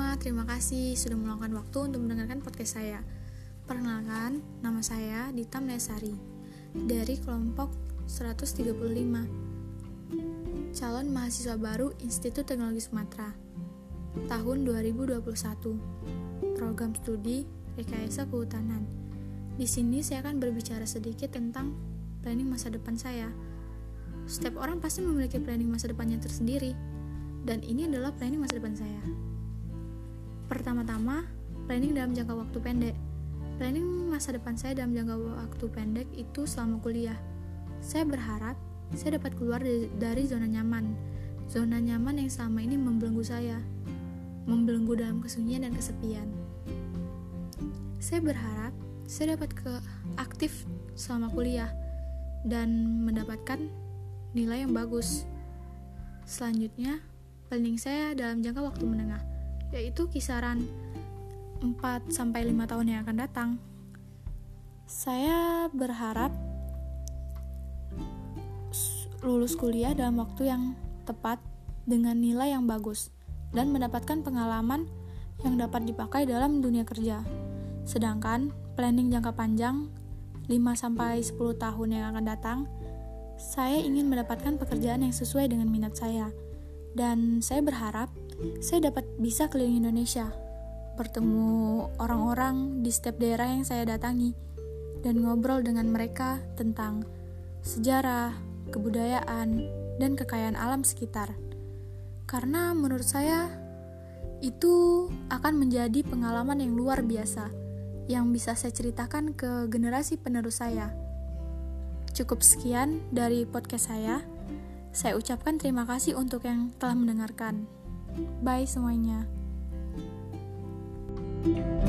terima kasih sudah meluangkan waktu untuk mendengarkan podcast saya. Perkenalkan, nama saya Dita Mlesari dari kelompok 135, calon mahasiswa baru Institut Teknologi Sumatera, tahun 2021, program studi Rekayasa Kehutanan. Di sini saya akan berbicara sedikit tentang planning masa depan saya. Setiap orang pasti memiliki planning masa depannya tersendiri, dan ini adalah planning masa depan saya. Pertama-tama, planning dalam jangka waktu pendek. Planning masa depan saya dalam jangka waktu pendek itu selama kuliah. Saya berharap saya dapat keluar dari zona nyaman. Zona nyaman yang selama ini membelenggu saya. Membelenggu dalam kesunyian dan kesepian. Saya berharap saya dapat aktif selama kuliah dan mendapatkan nilai yang bagus. Selanjutnya, planning saya dalam jangka waktu menengah, yaitu kisaran 4-5 tahun yang akan datang. Saya berharap lulus kuliah dalam waktu yang tepat dengan nilai yang bagus dan mendapatkan pengalaman yang dapat dipakai dalam dunia kerja. Sedangkan planning jangka panjang 5-10 tahun yang akan datang, saya ingin mendapatkan pekerjaan yang sesuai dengan minat saya. Dan saya berharap saya dapat bisa keliling Indonesia, bertemu orang-orang di setiap daerah yang saya datangi, dan ngobrol dengan mereka tentang sejarah, kebudayaan, dan kekayaan alam sekitar. Karena menurut saya, itu akan menjadi pengalaman yang luar biasa, yang bisa saya ceritakan ke generasi penerus saya. Cukup sekian dari podcast saya. Saya ucapkan terima kasih untuk yang telah mendengarkan. Bye semuanya.